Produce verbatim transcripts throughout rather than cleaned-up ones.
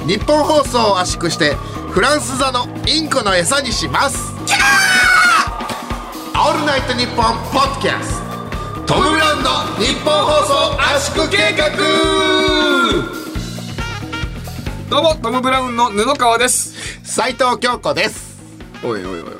日本放送を圧縮してフランス座のインコの餌にします。オールナイトニッポンポッドキャストトム・ブラウンの日本放送圧縮計画。 どうもトム・ブラウンの布川です。 斉藤京子です。 おいおいおいおい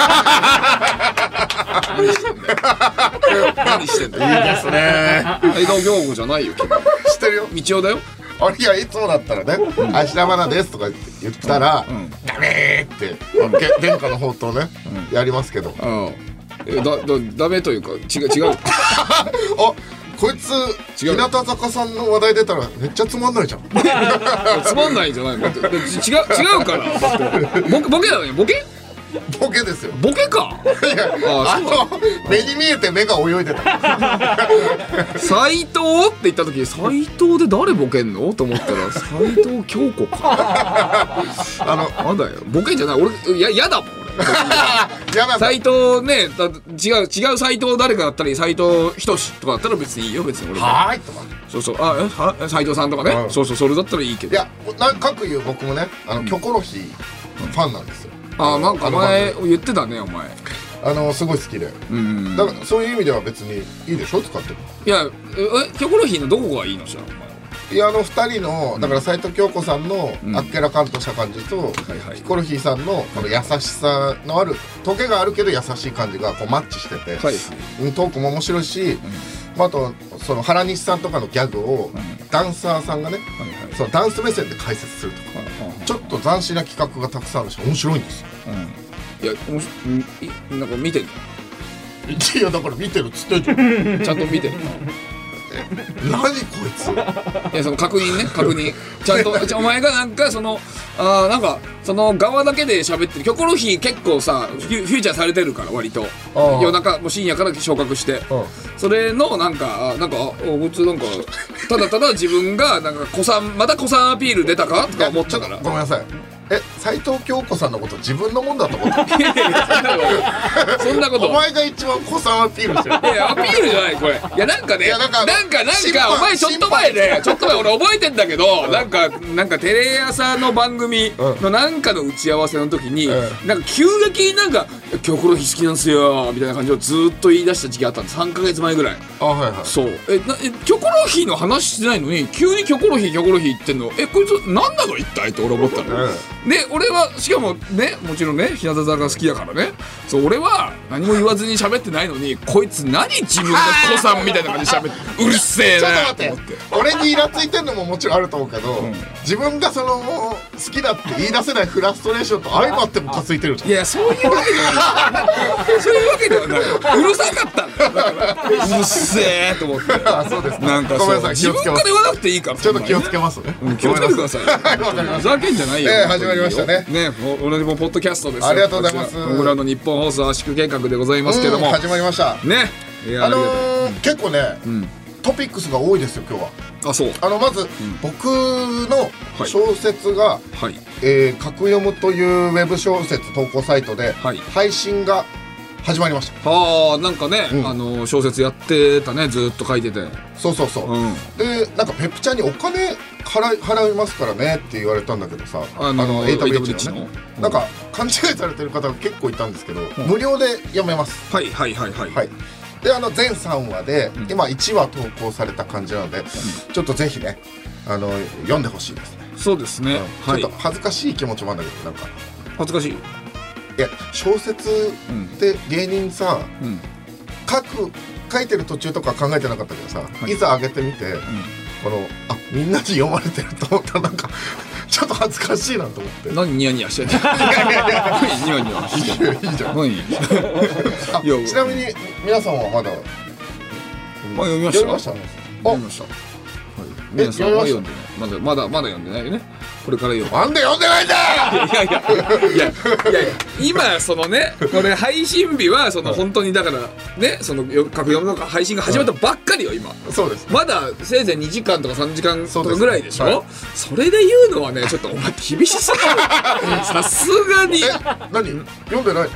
何してんだよ。 いいですね。 斉藤京子じゃないよ。 知ってるよ。 道夫だよ。 あれいやいつもだったらね「芦田愛菜です」とか言ったら「ダメー」って殿下の宝刀ねやりますけど、 えだだダメというか違う違うあこいつ日向坂さんの話題出たらめっちゃつまんないじゃん。 つまんないんじゃないの。だって違う違うから。だってボケボケだよね。ボケボケですよ。 ボケか。 いやあの目に見えて目が泳いでた。 斉藤って言った時斉藤で誰ボケんのと思ったら斉藤京子か。あのなんだよボケじゃない。俺ややだもん俺。斉藤ねだ違う違う斉藤誰かだったり斉藤仁とかだったら別にいいよ。別に俺はーいとかそうそうあえ斉藤さんとかね、うん、そうそうそれだったらいいけど。 いやなんかく言う僕もねあのキョコロヒーファンなんですよ。 あなんか前言ってたねお前。 あのすごい好きで、うん、だからそういう意味では別にいいでしょ使っても。 いやえキョコロヒーのどこがいいのじゃあお前。 いやあのふたりのだから斉藤京子さんのあっけらかんとした感じと、うんはいはい、ヒコロヒーさんのこの優しさのあるトゲがあるけど優しい感じがこうマッチしてて、はい、トークも面白いし、うんまあ、あとその原西さんとかのギャグをダンサーさんがね、はいはい、そのダンス目線で解説するとか、はいはい、ちょっと斬新な企画がたくさんあるし面白いんですよ、 うん、いやおもしなんか見てる。 いやだから見てるっつってんじゃん。 ちゃんと見てる。 何こいつ。 いやその確認ね確認ちゃんとお前がなんかそのあなんかその側だけで喋ってる。キョコロヒー結構さフューチャーされてるから割と夜中もう深夜から昇格してそれのなんかなんかあ普通なんかただただ自分がなんか子さんまた子さんアピール出たかとか思ったから。 ごめんなさい。え斉藤京子さんのこと自分のもんだと思って。 そんなことお前が一番子さんアピールしてる。 いやアピールじゃないこれ。いやなんかねなんかなんかなんかお前ちょっと前でちょっと前俺覚えてんだけどなんかなんかテレ朝の番組のなんかの打ち合わせの時になんか急激になんかキョコロヒー好きなんすよみたいな感じをずっと言い出した時期あったんでさんかげつまえぐらい。あはいはい。そうえなえキョコロヒーの話してないのに急にキョコロヒーキョコロヒー言ってんのえこいつ何なの一体って俺思ったの。で俺はしかもねもちろんね日向坂が好きだからねそう俺は何も言わずに喋ってないのにこいつ何自分が子さんみたいな感じで喋ってうるせえなと思って。俺にイラついてんのももちろんあると思うけど、うん、自分がその好きだって言い出せないフラストレーションと相まってもかついてるじゃん。 いやそういうわけではないそういうわけではないうるさかったんだよだからうるせえと思って。あそうですか。なんかそう自分から言わなくていいからちょっと気をつけますね、 うん、気をつけてください。ふざけんじゃないよ、 えー、始まりましたね。 ね同じもポッドキャストですよ。 ありがとうございます。 僕らの日本放送圧縮計画でございますけども始まりましたね。 あのー、結構ね、うん、トピックスが多いですよ今日は。 あそうあのまず、うん、僕の小説が、はいえー、格読むというウェブ小説投稿サイトで、はい、配信が始まりました。 はあなんかね、うん、あの小説やってたねずっと書いてて。そうそうそう、うん、でなんかペプちゃんにお金払い、払いますからねって言われたんだけどさあの エーダブリューエイチ のね、うん、なんか勘違いされてる方が結構いたんですけど、うん、無料で読めます。 はいはいはいはい、 はい、であの全さんわで、うん、今いちわ投稿された感じなので、うん、ちょっとぜひねあの読んでほしいですね。 そうですね、 うん、ちょっと恥ずかしい気持ちもあるんだけどなんか恥ずかしい。 いや小説って芸人さ、うん、書く書いてる途中とか考えてなかったけどさ、はい、いざ上げてみて、うん、このあみんなに読まれてると思ったらなんかちょっと恥ずかしいなと思って。 何ニヤニヤしてんの。いやいやいやニヤニヤしてんの。いいじゃん。何あちなみに皆さんはまだ読みました。 読みましたね。 読みました。皆さんは読んでない。まだまだまだ読んでないよね。これから読む。 なんで読んでないんだ。 いやいやいやいやいや今そのねこれ配信日はその本当にだからねその格読むのか配信が始まったばっかりよ今。 そうです。 まだせいぜいにじかんとかさんじかんとかぐらいでしょ。はい、それで言うのはねちょっとお前厳しすぎる。さすがに。 え何読んでない。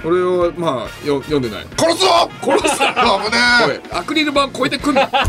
俺はまあよ読んでない。 殺すぞ殺すぞ危ねえ。アクリル板超えてくんの。ああ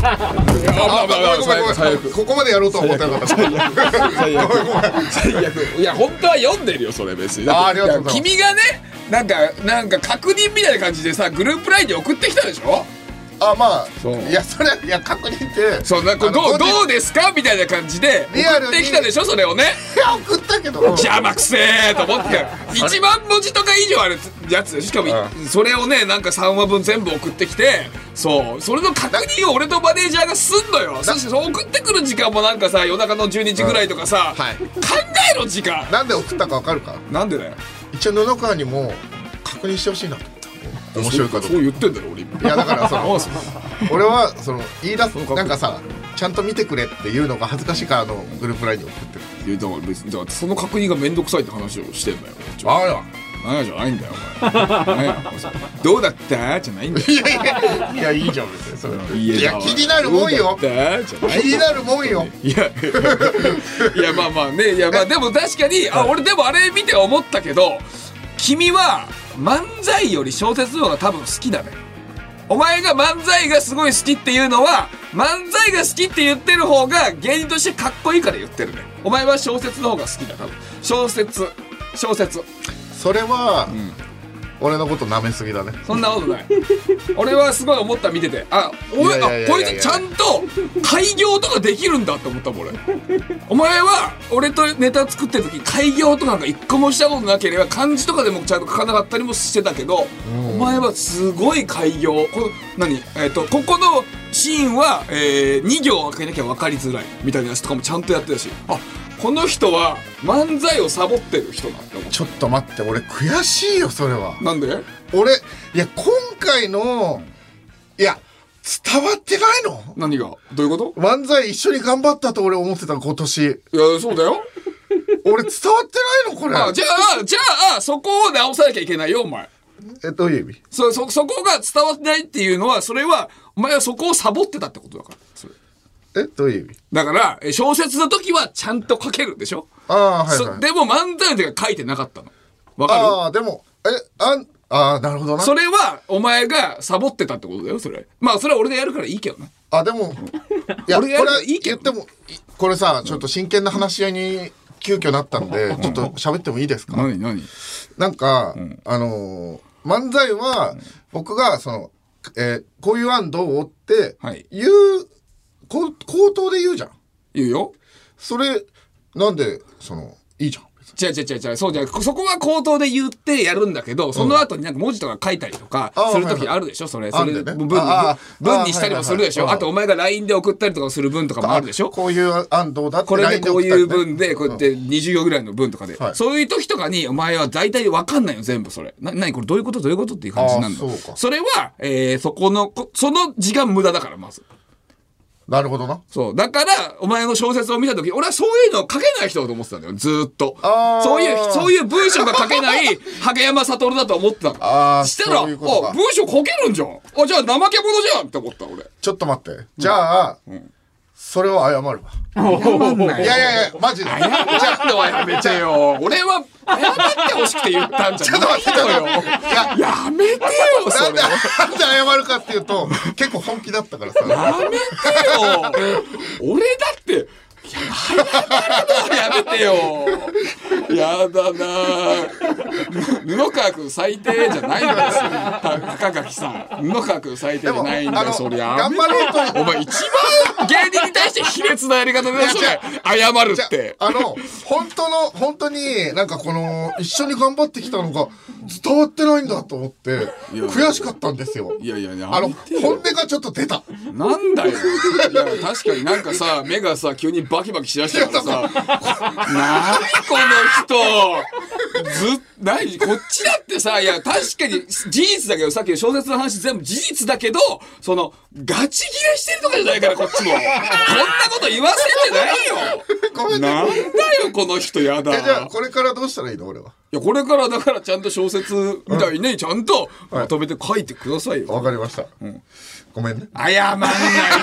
ここまでやろうとは思ってなかった。最悪最悪。いや本当は読んでるよそれ別に。 あありがとうございます。 君がねなんかなんか確認みたいな感じでさグループラインに送ってきたでしょ。 あまあいやそれいや確認ってそうなんかどうどうですかみたいな感じで送ってきたでしょそれをね。 いや送ったけど邪魔くせえと思っていちまん文字とか以上あるやつでしかもそれをねなんかさんわぶん全部送ってきてそうそれの確認を俺とマネージャーがすんのよ。そしてそう送ってくる時間もなんかさ夜中のじゅうにじぐらいとかさ、うんはい、考えろ時間なんで送ったか分かるか。 なんでだよ。 一応布川にも確認してほしいなと面白いかどうか。 そう言ってんだろ俺今。 いやだからその俺はその言い出すなんかさちゃんと見てくれっていうのが恥ずかしいからあのグループラインに送ってる。 いやだから別にだからその確認がめんどくさいって話をしてんだよ。 ああなんやじゃないんだよお前。どうだったじゃないんだよ。 いやいやいやいいじゃん別にそれ。いや気になるもんよ。気になるもんよ。 いやいやまあまあねいやまあでも確かにあ俺でもあれ見て思ったけど君は漫才より小説の方が多分好きだね。お前が漫才がすごい好きっていうのは漫才が好きって言ってる方が芸人としてかっこいいから言ってるね。お前は小説の方が好きだ多分。小説小説それは、うん、俺のこと舐めすぎだね。 そんなことない俺はすごい思った見ててあ俺あこいつちゃんと開業とかできるんだって思ったもん俺。お前は俺とネタ作ってる時開業とかなんか一個もしたことなければ漢字とかでもちゃんと書かなかったりもしてたけど、うん、お前はすごい開業この何、えー、とここのシーンは、えー、に行開けなきゃ分かりづらいみたいなやつとかもちゃんとやってたしあこの人は漫才をサボってる人なんだ。 ちょっと待って俺悔しいよそれは。 なんで？ 俺いや今回のいや伝わってないの？ 何がどういうこと？ 漫才一緒に頑張ったと俺思ってた今年。いやそうだよ俺伝わってないのこれ。 あじゃあじゃあそこを直さなきゃいけないよお前。 えどういう意味？ そそそこが伝わってないっていうのはそれはお前はそこをサボってたってことだからそれ。 えどういう意味？ だから小説の時はちゃんと書けるでしょ。 ああはい、はい、 でも漫才の時は書いてなかったの。わかる？ ああでもえあんあなるほどな。 それはお前がサボってたってことだよそれ。まあそれは俺でやるからいいけどね。 あでもいやこれはいいけど言ってもこれさちょっと真剣な話し合いに急遽なったんでちょっと喋ってもいいですか？ 何何？ なんか、うん、あのー、漫才は僕がその、えー、こういう案どうって言う、はい、こ口頭で言うじゃん。 言うよ。 それなんでそのいいじゃん。 違う違う違う違うそうじゃそこは口頭で言ってやるんだけど、その後になんか文字とか書いたりとかする時あるでしょ。それそれ文に文にしたりもするでしょ。あとお前が ライン で送ったりとかする文とかもあるでしょ。 こういう案どうだってこれでこういう文でこうやってにじゅう行ぐらいの文とかで、そういう時とかにお前は大体分かんないよ全部それ。な何これどういうことどういうことっていう感じになるの。それはえそこのその時間無駄だからまず。 なるほどな。 そうだからお前の小説を見た時俺はそういうのを書けない人だと思ってたんだよずーっと。そういうそういう文章が書けない影山悟だと思ってたの。あしたらううあ文章書けるんじゃん。あじゃあ怠け者じゃんって思った俺。 ちょっと待ってじゃあ、うんうん、それを謝るわ。 謝んない。 いやいやいやマジで。謝るのはやめてよ。俺は謝ってほしくて言ったんじゃないのよ。や, やめてよそれ。なんで謝るかっていうと結構本気だったからさ。 やめてよ。俺だっていや、やめてよ。やだな。布川くん最低じゃないんですよ。中垣さん。布川くん最低じゃないんだよ。そりゃ。 頑張ろうと。 お前一番芸人に対して卑劣なやり方でそれ謝るって。 あの本当の本当になんかこの一緒に頑張ってきたのが伝わってないんだと思って悔しかったんですよ。 いやいやいや。 あの本音がちょっと出た。 なんだよ。いや確かになんかさ目がさ急にバキバキしだしたからさ。なにこの人ずなにこっちだってさいや確かに事実だけどさっきの小説の話全部事実だけどそのガチギレしてるとかじゃないからこっちもこんなこと言わせてないよ。ごめんね。なんだよこの人やだ。 えじゃあこれからどうしたらいいの俺は。 いやこれからだからちゃんと小説みたいにちゃんとまとめて書いてくださいよ。 わかりました。うん。ごめんね。 謝んないでよ。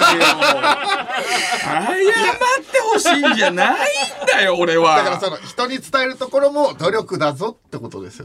謝ってほしいんじゃないんだよ俺は。 だからその人に伝えるところも努力だぞってことですよね。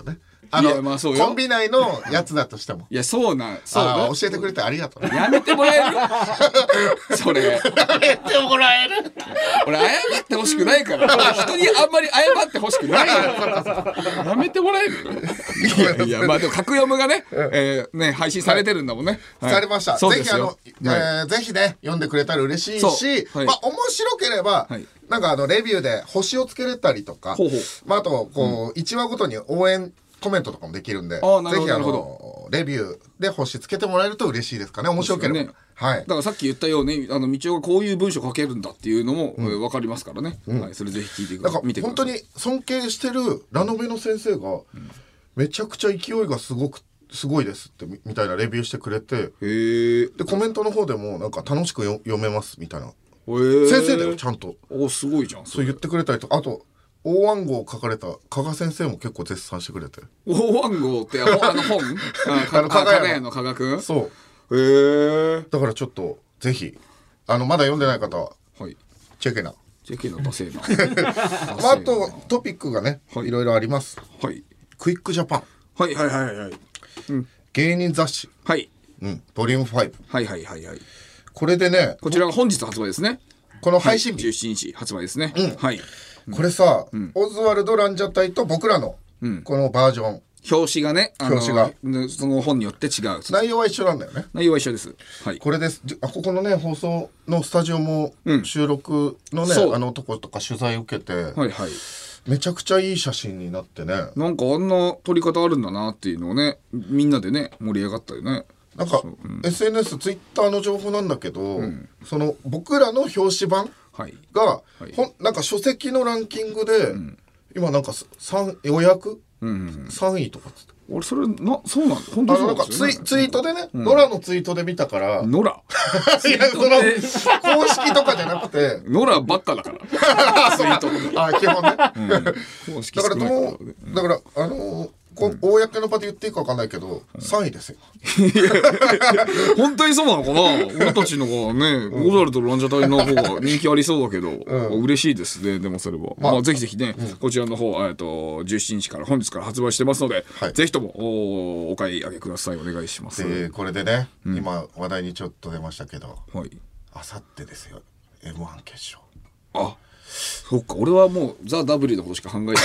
あのコンビ内のやつだとしても。 いやそうなんそうだ教えてくれてありがとう。 やめてもらえるそれやめてもらえる。 俺謝ってほしくないから人にあんまり謝ってほしくないからやめてもらえる。いやいやまあでも格読むがねえね配信されてるんだもんね。 されました。ぜひあのぜひね読んでくれたら嬉しいし、まあ面白ければなんかあのレビューで星をつけれたりとか、まああとこういちわごとに応援コメントとかもできるんで、ぜひあのレビューで星つけてもらえると嬉しいですかね。面白ければ。はい。 だからさっき言ったようにあの道夫がこういう文章書けるんだっていうのも分かりますからね。はい。それぜひ聞いてください。見てください。 本当に尊敬してるラノベの先生がめちゃくちゃ勢いがすごくすごいですってみたいなレビューしてくれて、でコメントの方でもなんか楽しく読めますみたいな。先生だよちゃんと。 おすごいじゃん。 そう言ってくれたりと、あと大暗号を書かれた加賀先生も結構絶賛してくれて。 大暗号ってあの本あの加賀屋の加賀くん。 そうへえ。だからちょっとぜひあのまだ読んでない方はチェケナチェケナ出せな。 あとトピックがねいろいろあります。 はい。 クイックジャパン。 はいはいはいはい。 芸人雑誌。 はい。 うん。ボリュームファイブ。 はいはいはいはい。 これでね、 こちらが本日発売ですね。 この配信日じゅうしちにち発売ですね。はい。 これさ、オズワルドランジャタイと僕らのこのバージョン。 表紙がね、 表紙がその本によって違う。 内容は一緒なんだよね。 内容は一緒です。はい。 これです。あここのね放送のスタジオも収録のねあのとことか取材受けて、はいはい。めちゃくちゃいい写真になってね。 なんかあんな撮り方あるんだなっていうのをねみんなでね盛り上がったよね。 なんか、うん、エスエヌエス ツイッターの情報なんだけど、うん、その僕らの表紙版が、はいほんなんか書籍のランキングで、うん、今なんか予約、うんうん、さんいとかっつって。 俺それなそうなんだ本当そうなんですよ、ね、 なんかツイツイートでね、うん、ノラのツイートで見たからノラいやその公式とかじゃなくてノラばっかだからツイートとかあ基本ね、うん、公式だからもうだからあのーこう公の場で言っていいか分かんないけど、うん、さんいですよ本当にそうなのかな俺たちのがね、うん、オズワルドランジャタイの方が人気ありそうだけど、うん、嬉しいですね。でもそれは、まあまあ、ぜひぜひね、うん、こちらの方、えっと、じゅうしちにちから本日から発売してますので、はい、ぜひとも お, お買い上げください。お願いします。 でこれでね、うん、今話題にちょっと出ましたけど、はい、あさってですよ エムワン 決勝。 あそっか俺はもうザ・ W のことしか考えてない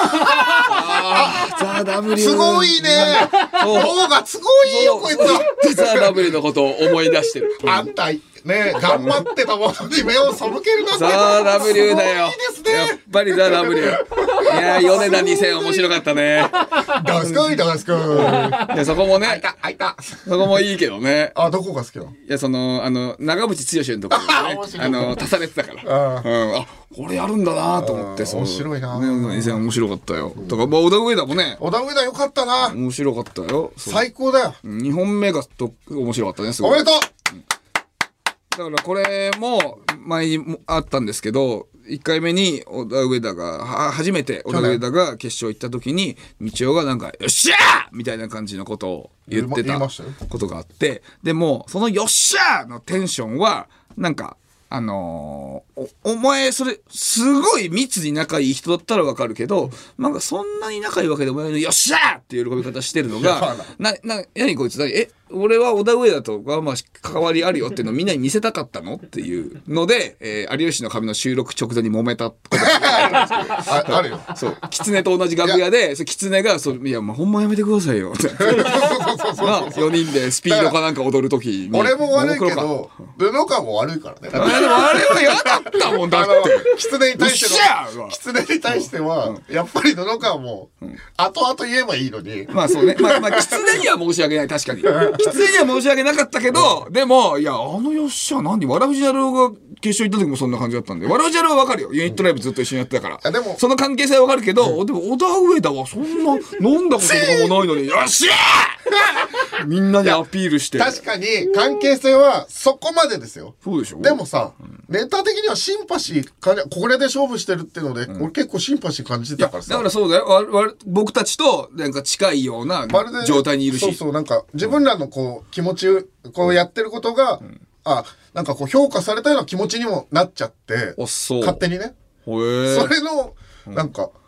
ザ・ W すごいね方がすごいよこいつはザ・ W のことを思い出してるあんたね頑張ってたものに目を背けるなザ・ W だよ。やっぱりザ・ W いや米田にせん面白かったねダスカイダスカイいやそこもね開いたそこもいいけどね。 あどこが好きなの？ いやそのあの長渕剛のところでねあの足されてたからあ、うん、あこれやるんだなと思って面白いなね以前面白かったよ。だからまあ小田上田もね小田上田よかったな面白かったよ。 最高だよ。 にほんめがと面白かったねすごい。 おめでとう。 だからこれも前にあったんですけどいっかいめに小田上田が初めて小田上田が決勝行った時に道夫がなんかよっしゃーみたいな感じのことを言ってたことがあってでもそのよっしゃーのテンションはなんかあのー、お, お前それすごい密に仲いい人だったらわかるけどなんかそんなに仲いいわけでもないのによっしゃーっていう喜び方してるのがなな何こいつ何え俺は小田上田とはまあ関わりあるよっていうのをみんなに見せたかったのっていうので、えー、有吉の壁の収録直前に揉めたことがあ, あるよ。そう狐と同じ楽屋で狐がそういやまあほんまやめてくださいよってよにんでスピードかなんか踊る時に俺も悪いけど布川も悪いからね。 あれは嫌だったもんだって狐に対しての狐に対してはやっぱり布川も後々言えばいいのにまあそうねまあまあ狐には申し訳ない確かに狐には申し訳なかったけど、うん、でもいやあのよっしゃ何わらふじなるが決勝行った時もそんな感じだったんでわらふじなるは分かるよユニットライブずっと一緒にやってたから、うん、でもその関係性は分かるけど、うん、でも小田上田はそんな飲んだこととかもないのによっしゃみんなにアピールして確かに関係性はそこまでですよ。 そうでしょ。 でもさ、うん、ネタ的にはシンパシー感じこれで勝負してるっていうので、うん、俺結構シンパシー感じてたからさ。 だからそうだよわわ僕たちとなんか近いような状態にいるしそうそうなんか自分らのこう気持ちこうやってることが、うん、あなんかこう評価されたような気持ちにもなっちゃってそう勝手にねそれのなんか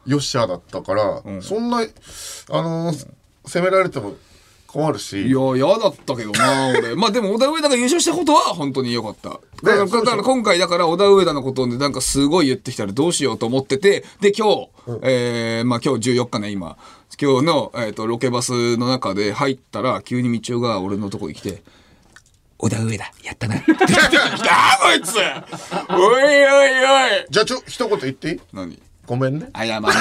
よっしゃだったから、うん、そんなあのー、攻められても困るし。 いや嫌だったけどな俺まあでも小田上田が優勝したことは本当に良かった。だから、だから今回だから小田上田のことでなんかすごい言ってきたらどうしようと思ってて、で今日、うん、えー、まあ今日じゅうよっかね今今日の、えー、とロケバスの中で入ったら急に道夫が俺のとこに来て小田上田やったなって言ってきたこいつおいおいおい。 じゃあちょ一言言っていい？ 何？ ごめんね。 謝んない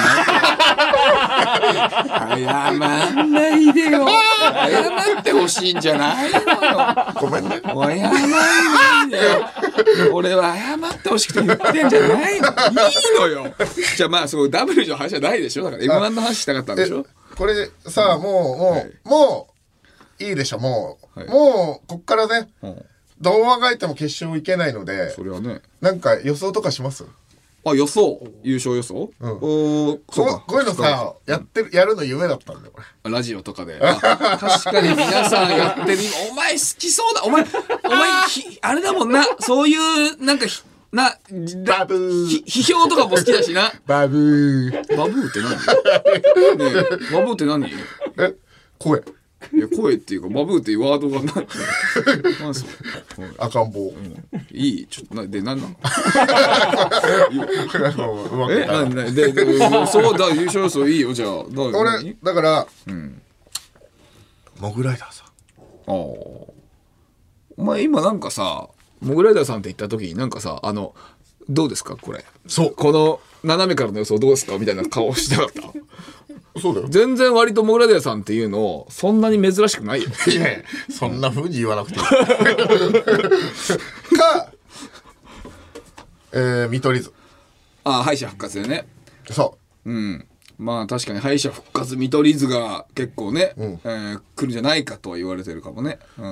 謝んないでよ。謝ってほしいんじゃないのよ。 ごめんね。 お謝んないでよ。俺は謝ってほしくて言ってんじゃないの。いいのよ。じゃあまあそうダブルの話じゃないでしょ。だから エムワン の話したかったんでしょ。 これさ、もうもう、はい、もういいでしょ。もう、はい、もうこっからね、うん、どうあがいても決勝いけないので、 それはね。 なんか予想とかします？ あ、予想優勝予想、うん、おそうかこういうのさやってるやるの夢だったんだよこれラジオとかで確かに皆さんやってるお前好きそうだお前お前あれだもんなそういうなんかなバブー批評とかも好きだしなバブーバブーって何ねえバブーって何え声いや声っていうかバブーっていうワードが何何それ赤ん坊、うん、 いいちょっとなで何なのえ何何ででそうだ優勝予想いいよじゃあ俺だから、うん、モグライダーさんああお前今なんかさモグライダーさんって言った時になんかさあのどうですかこれそうこの斜めからの予想どうですかみたいな顔してなかったそうだよ全然割とモグライダーさんっていうのそんなに珍しくないよいやいやそんな風に言わなくていいか、えー、見取り図ああ敗者復活でねそううんまあ確かに敗者復活見取り図が結構ね、うんえー、来るんじゃないかとは言われてるかもね、うん、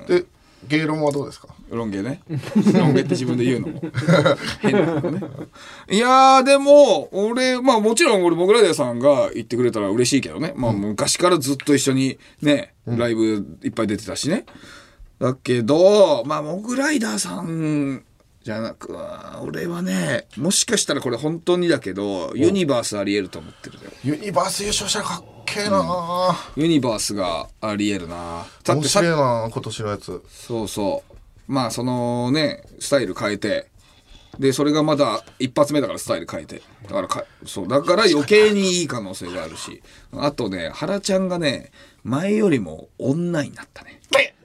でゲイロンはどうですかロン毛ねロン毛って自分で言うのも変だけどねいやーでも俺まあもちろん俺モグライダーさんが言ってくれたら嬉しいけどね、まあ昔からずっと一緒にね、うん、ライブいっぱい出てたしねだけどまあモグライダーさんじゃなく俺はねもしかしたらこれ本当にだけどユニバースありえると思ってるよユニバース優勝したらかっけえな、 うん、ユニバースがありえるな面白いな今年のやつそうそうまあそのねスタイル変えてでそれがまだ一発目だからスタイル変えてだからかそうだから余計にいい可能性があるしあとね原ちゃんがね前よりも女になったね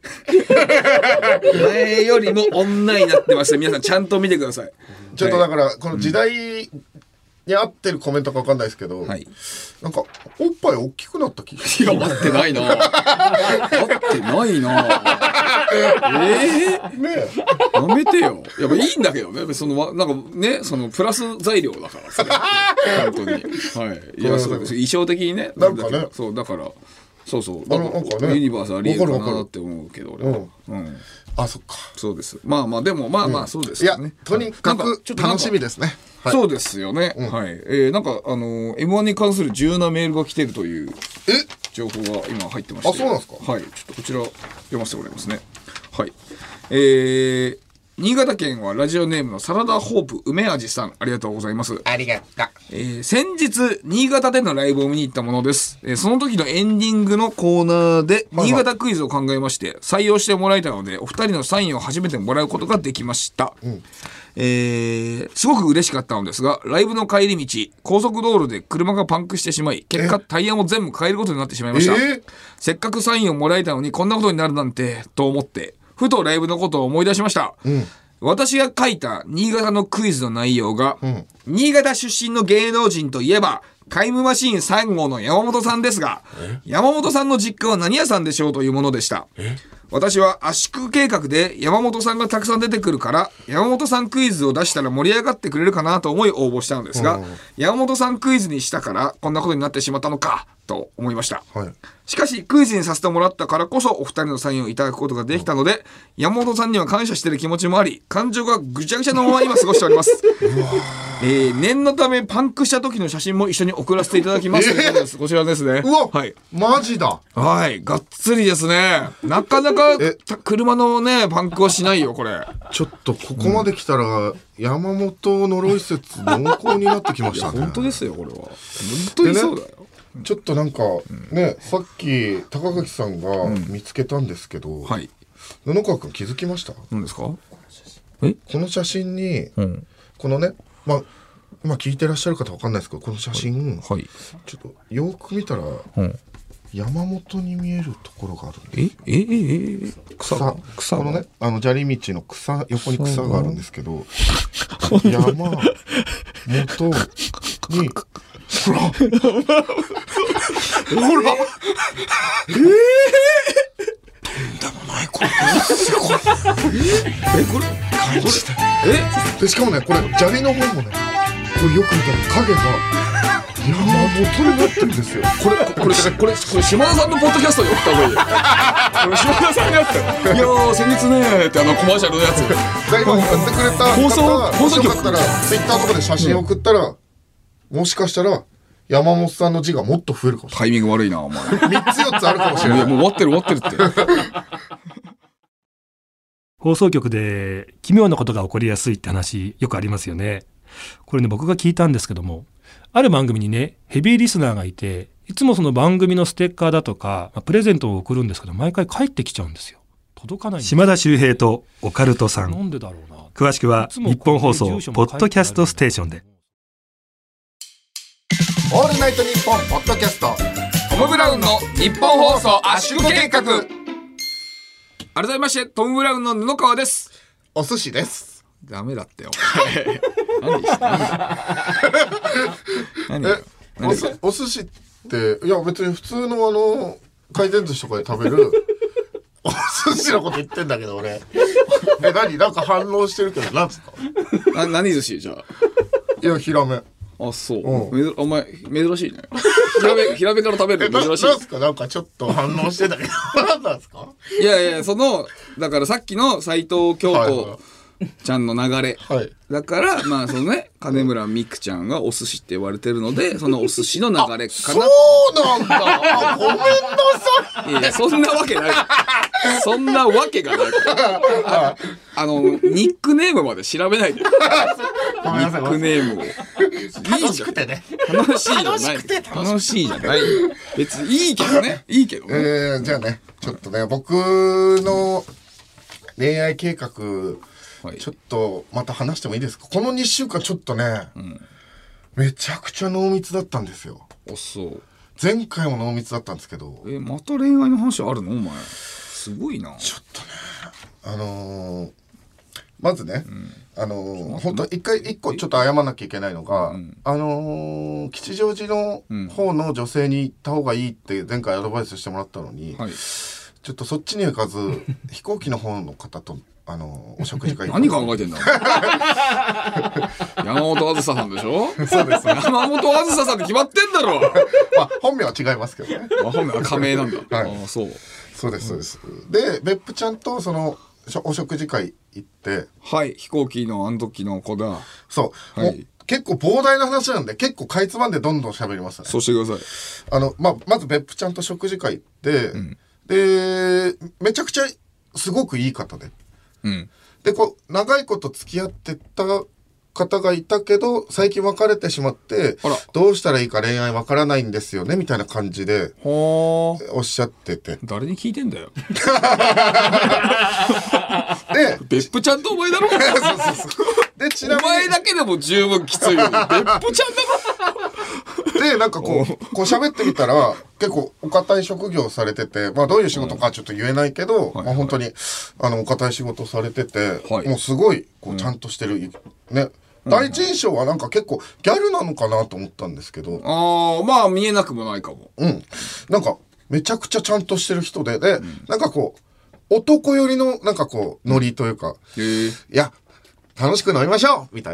前よりも女になってました皆さんちゃんと見てくださいちょっとだから、はい、この時代に合ってるコメントか分かんないですけど、はい、なんかおっぱい大きくなった気がいや合ってないな合ってないなえー、ねえやめてよやっぱいいんだけどねそのなんかねそのプラス材料だからそれ本当にはいいやそう衣装的にねなんかねそうだからそうそうだからなんか、ね、ユニバースありえるかなって思うけど俺は、うんうん、 あそっかそうですまあまあでもまあまあそうですよね、 うん、いやとにかく楽しみですねはい、そうですよね、うん、はい、えー、なんかあのー、エムワン に関する重要なメールが来てるという情報が今入ってましてあそうなんですかはいちょっとこちら読ませてもらいますねはいえー新潟県はラジオネームのサラダホープ梅味さんありがとうございますありがとう、 えー、先日新潟でのライブを見に行ったものです、えー、その時のエンディングのコーナーで新潟クイズを考えまして採用してもらえたのでお二人のサインを初めてもらうことができました、うんえー、すごく嬉しかったのですがライブの帰り道高速道路で車がパンクしてしまい結果タイヤも全部変えることになってしまいました、えー、せっかくサインをもらえたのにこんなことになるなんてと思ってふとライブのことを思い出しました、うん、私が書いた新潟のクイズの内容が、うん、新潟出身の芸能人といえばタイムマシーンさん号の山本さんですが山本さんの実家は何屋さんでしょうというものでした私は圧縮計画で山本さんがたくさん出てくるから山本さんクイズを出したら盛り上がってくれるかなと思い応募したのですが、うん、山本さんクイズにしたからこんなことになってしまったのかと思いました、 はい、 しかしクイズにさせてもらったからこそお二人のサインをいただくことができたので、うん、山本さんには感謝している気持ちもあり感情がぐちゃぐちゃのまま今過ごしておりますえー、念のためパンクした時の写真も一緒に送らせていただきます、えー、こちらですね。 うわ、 はい、 マジだ。 はい、がっつりですね。なかなか車のねパンクはしないよこれ。 ちょっとここまで来たら、うん、山本呪い説濃厚になってきましたね。 本当ですよこれは。本当にそうだよ。 ね、ちょっとなんか、うん、ね、さっき高垣さんが見つけたんですけど、うん、はい、布川君気づきました？ 何ですか？ え、この写真に、うん、このね、まあ今聞いてらっしゃる方わかんないですけど、この写真、はいはい、ちょっとよく見たら、うん、山本に見えるところがあるんです。 ええええ草が草このね、あの砂利道の草、横に草があるんですけど、山本にほらほらええー、とんでもないこれすごいえこれ感じてえでしかもねこれ砂利の方もねこれよく見たら影が山本になってるんですよ。 これこれこれこれ島田さんのポッドキャストに送った方がいいよこれ島田さんがやっていやー先日ねってあのコマーシャルのやつ今やってくれた放送放送局だったらツイッターとかで写真送ったら、うん、もしかしたら山本さんの字がもっと増えるかもしれない。 タイミング悪いなお前みっつよっつあるかもしれない。いやもう終わってる終わってるって放送局で奇妙なことが起こりやすいって話よくありますよね。これね僕が聞いたんですけども、ある番組にねヘビーリスナーがいて、いつもその番組のステッカーだとか、まあ、プレゼントを送るんですけど毎回帰ってきちゃうんですよ。届かないんです。島田秀平とオカルトさん、なんでだろうな。詳しくは日本放送ポッドキャストステーションで。 オールナイトニッポンポッドキャストトム・ブラウンの日本放送圧縮計画。改めましてトム・ブラウンの布川です。 お寿司です。 ダメだってよ何して何何え お, お寿司っていや別に普通のあの回転寿司とかで食べるお寿司のこと言ってんだけど俺え何なんか反応してるけど何ですかな何寿司じゃあいやヒラメ。 あそう、うん、お前珍しいねヒラメヒラメから食べるの珍しい。 なんすかなんかちょっと反応してたけど何なんですか。 いやいやそのだからさっきの斉藤京子、はいはいちゃんの流れ、はい、だからまあそのね金村美空ちゃんがお寿司って言われてるのでそのお寿司の流れかな。 そうなんだあごめんなさい。いやそんなわけないそんなわけがないあ, あのニックネームまで調べないでニックネームを楽しくてね楽しいじゃない楽しいじゃない別にいいけどねいいけどね、 えー、じゃあねちょっとね僕の恋愛計画はい、ちょっとまた話してもいいですか。このにしゅうかんちょっとね、うん、めちゃくちゃ濃密だったんですよ。 あそう前回も濃密だったんですけどえまた恋愛の話あるのお前すごいな。 ちょっとねあのー、まずね、うん、あのー、本当一回一個ちょっと謝らなきゃいけないのが、うん、あのー、吉祥寺の方の女性に行った方がいいって前回アドバイスしてもらったのに、はい、ちょっとそっちに行かず飛行機の方の方とあのお食事会何考えてんだ山本あずささんでしょ。 そうです山本あずささんって決まってんだろまあ本名は違いますけどね本名は仮名なんだ、はい、あそうそうですそうです、うん、で別府ちゃんとそのお食事会行ってはい飛行機のあの時の子だそう、はい、もう結構膨大な話なんで結構かいつまんでどんどん喋りますね。 そうしてください。 あの、まあ、まず別府ちゃんと食事会行って、うん、でめちゃくちゃすごくいい方でうん、でこう長いこと付き合ってた方がいたけど最近別れてしまってどうしたらいいか恋愛わからないんですよねみたいな感じでおっしゃってて誰に聞いてんだよで別府ちゃんとお前だろそうそうそうでちなみにお前だけでも十分きついよ別府ちゃんだろでなんかこうこう喋ってみたら結構お堅い職業されてて、まあどういう仕事かちょっと言えないけど、はいまあ、本当にあのお堅い仕事されてて、はい、もうすごいこうちゃんとしてる、うん、ね第一印象はなんか結構ギャルなのかなと思ったんですけど、 ああまあ見えなくもないかも。 うんなんかめちゃくちゃちゃんとしてる人でで、うん、なんかこう男寄りのなんかこうノリというか、うん、いや楽しく飲みましょうみたいな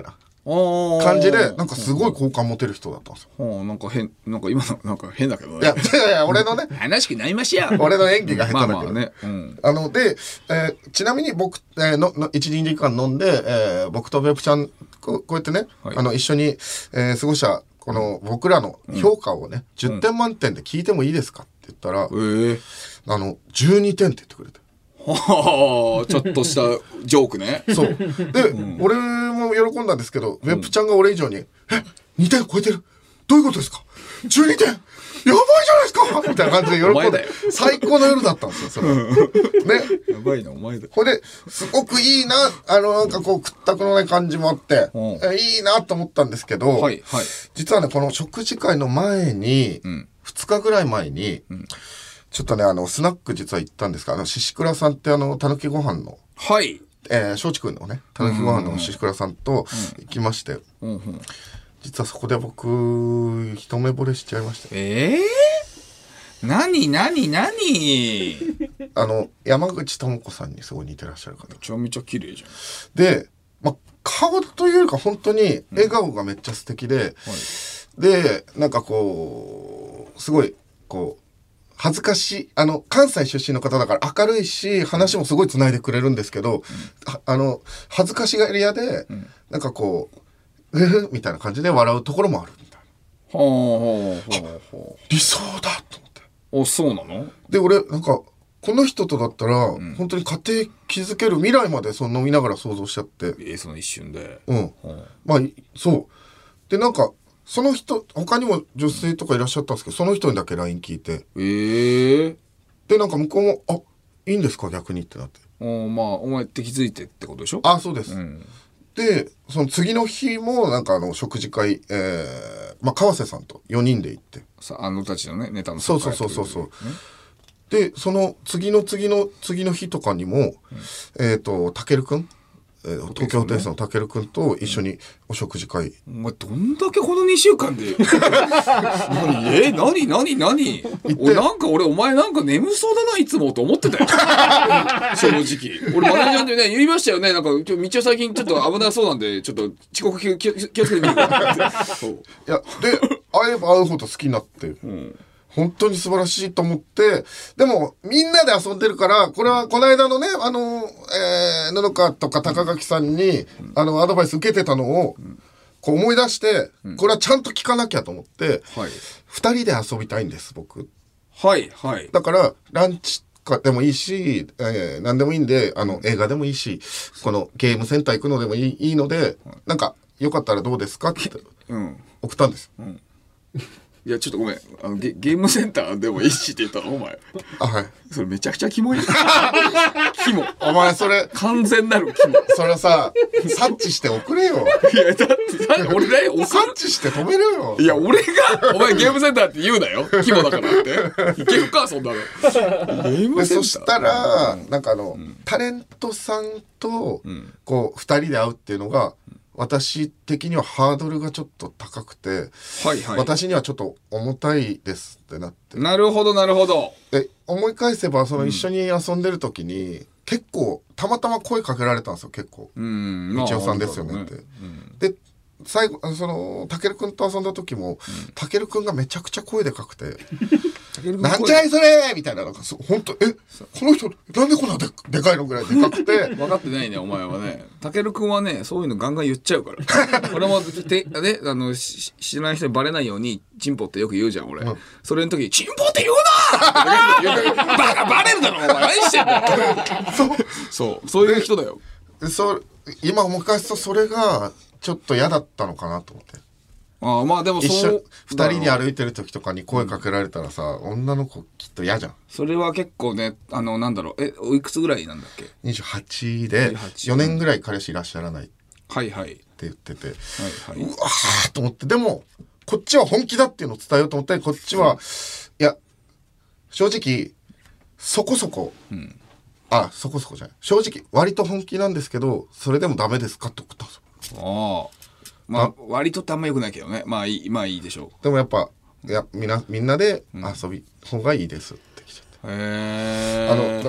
感じでなんかすごい好感持てる人だったんですよ。なんか変なんか今のなんか変だけどね。 いやいやいや俺のね話しくなりましや。 俺の演技が下手だけどね。 あので、えー、ちなみに僕、えー、ののいち、にじかん飲んで、えー、僕とベプちゃんこう、こうやってね、はい、あの一緒に、えー、過ごしたこの僕らの評価をね、うん、じゅってん満点で聞いてもいいですかって言ったら、うん、えー、あのじゅうにてんって言ってくれて。 はあ、ちょっとしたジョークね。 そうで、うん、俺も喜んだんですけど、ウェブちゃんが俺以上に「えにてん超えてるどういうことですかじゅうにてんやばいじゃないですか」みたいな感じで喜んで最高の夜だったんですよそれね。 やばいなお前だ。 これですごくいいな、あのなんかこう屈託のない感じもあって、うん、えいいなと思ったんですけど、はいはい、実はねこの食事会の前に、うん、ふつかぐらい前に、うん、ちょっとねあのスナック実は行ったんですが、あのししくらさんってあのたぬきご飯の、 はい、 えー、松竹のねたぬきご飯のししくらさんと行きまして、うんうん、実はそこで僕一目惚れしちゃいました。 えー、何何何あの山口智子さんにすごい似てらっしゃる方。めちゃめちゃ綺麗じゃん。 で、まあ、顔というか本当に笑顔がめっちゃ素敵で、うん、はい、でなんかこうすごいこう恥ずかしい、あの関西出身の方だから明るいし話もすごいつないでくれるんですけど、うん、あ, あの恥ずかしがり屋で、うん、なんかこうえー、みたいな感じで笑うところもあるみたいな。はあ、理想だと思って。 あ、そうなの？ で俺なんかこの人とだったら、うん、本当に家庭築ける未来までその飲みながら想像しちゃって、 えー、その一瞬で、 うん、はあ、まあそうでなんかその人他にも女性とかいらっしゃったんですけど、その人にだけ ライン 聞いて、えー、でなんか向こうも「あいいんですか逆に」ってなって、 おまあお前って気づいてってことでしょ。 あそうです、うん、でその次の日もなんかあの食事会、えーまあ、川瀬さんとよにんで行ってさあのたちのねネタのそうそうそうそうそう、ね、でその次の次の次の日とかにも、うん、えっ、ー、とたけるくん東京ホテイソンのたけるくんと一緒にお食事会、 うん、お前どんだけこのにしゅうかんで何え何何何俺なんか俺お前なんか眠そうだないつもと思ってたよ正直俺マネージャーでね言いましたよね、なんか道夫最近ちょっと危なそうなんでちょっと遅刻気を気をつけてみるからそういやで会えば会うほど好きになって、うん、本当に素晴らしいと思って、でもみんなで遊んでるから、これはこの間のねあの、えー、布川とか高垣さんに、うん、あのアドバイス受けてたのを、うん、こう思い出して、うん、これはちゃんと聞かなきゃと思って、はい、ふたりで遊びたいんです僕。 はいはい。 だからランチかでもいいし、えー、何でもいいんで、あの、うん、映画でもいいし、このゲームセンター行くのでもいい、いいので、うん、なんかよかったらどうですかって送ったんです。うん、 いやちょっとごめん、あの ゲ, ゲームセンターでもいいしって言ったのお前。 あはい。 それめちゃくちゃキモい。キモ。 お前それ完全なるキモ。 それさ察知して送れよ。 いやだって俺だよ。 察知して止めるよ。 いや俺がお前ゲームセンターって言うなよ。キモだからって。いけるかそんなの。ゲームセンター。そしたら、うん、なんかあの、うん、タレントさんと、うん、こうふたりで会うっていうのが。私的にはハードルがちょっと高くて、はいはい、私にはちょっと重たいですってなって。 なるほどなるほど。 え思い返せばその一緒に遊んでる時に、うん、結構たまたま声かけられたんですよ結構。うん道夫さんですよねって。ねうん、で最後そのたけるくんと遊んだ時もたけるくんがめちゃくちゃ声でかくてなんじゃいそれみたいな、なんか本当えこの人なんでこんな で, でかいのぐらいでかくて分かってないねお前はね。たけるくんはねそういうのガンガン言っちゃうから俺もて、ね、あの知らない人にバレないようにチンポってよく言うじゃん俺、うん、それの時にチンポって言うなバカバレるだろお前何してんだよそうそうそういう人だよ。 そ今思い返すとそれがちょっと嫌だったのかなと思って。 ああまあでもそう一緒ふたりに歩いてる時とかに声かけられたらさ、うん、女の子きっと嫌じゃん。 それは結構ねあのなんだろうえおいくつぐらいなんだっけ。 にじゅうはちでよねんぐらい彼氏いらっしゃらないはいはいって言ってて、はいはい、うわーと思って、でもこっちは本気だっていうのを伝えようと思って、こっちは、うん、いや正直そこそこ、うん、あそこそこじゃない正直割と本気なんですけどそれでもダメですかって送ったんですよ。ああまあ割とってあんま良くないけどね。まあいいまあいいでしょう。でもやっぱいやみんなみんなで遊び方がいいですって来ちゃって、うん、へえ。あのだから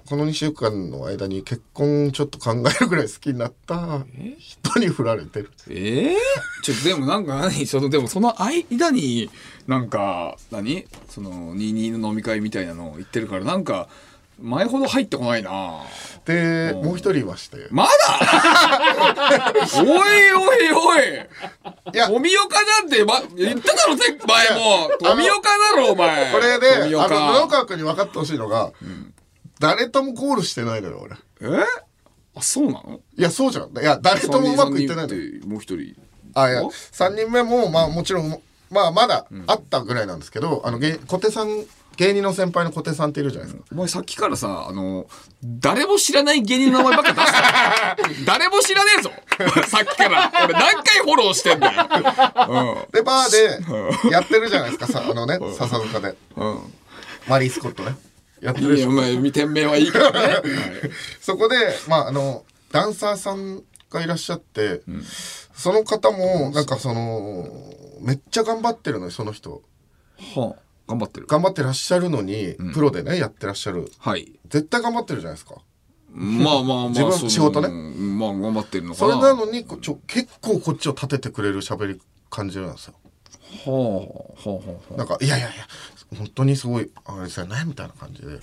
このにしゅうかんの間に結婚ちょっと考えるぐらい好きになった人に振られてる。 ええー、ちょっとでもなんか何そのでもその間になんか何そのにじゅうにの飲み会みたいなのを言ってるからなんか前ほど入ってこないな。 でもう一人いましてまだおいおいおいいや富岡なんて、ま、言っただろ前も富岡だろお前。 これであの布川君に分かってほしいのが、うん、誰ともゴールしてないのよ俺。 えあそうなの。 いやそうじゃん。いや誰ともうまくいってないのよ。 もう一人あいやさんにんめもまあもちろんまあまだあったぐらいなんですけど、うん、あの小手さん芸人の先輩の小手さんっているじゃないですか。 お前さっきからさあの誰も知らない芸人の名前ばっか出した誰も知らねえぞさっきから俺何回フォローしてんだよ、うん、 でバーでやってるじゃないですかさあのね笹塚で、うん、マリー・スコットねやってるでしょ。 いやお前店名はいいからね、はい、 そこでまああのダンサーさんがいらっしゃって、うん、その方もなんかそのめっちゃ頑張ってるのよその人。 はあ頑張ってる頑張ってらっしゃるのに、うん、プロでねやってらっしゃる、はい、絶対頑張ってるじゃないですか。 まあまあまあ自分仕事ねまあ頑張ってるのかな。 それなのにちょ結構こっちを立ててくれる喋り感じなんですよ。はあはあはあなんかいやいやいや本当にすごいあれですよねみたいな感じで、うん、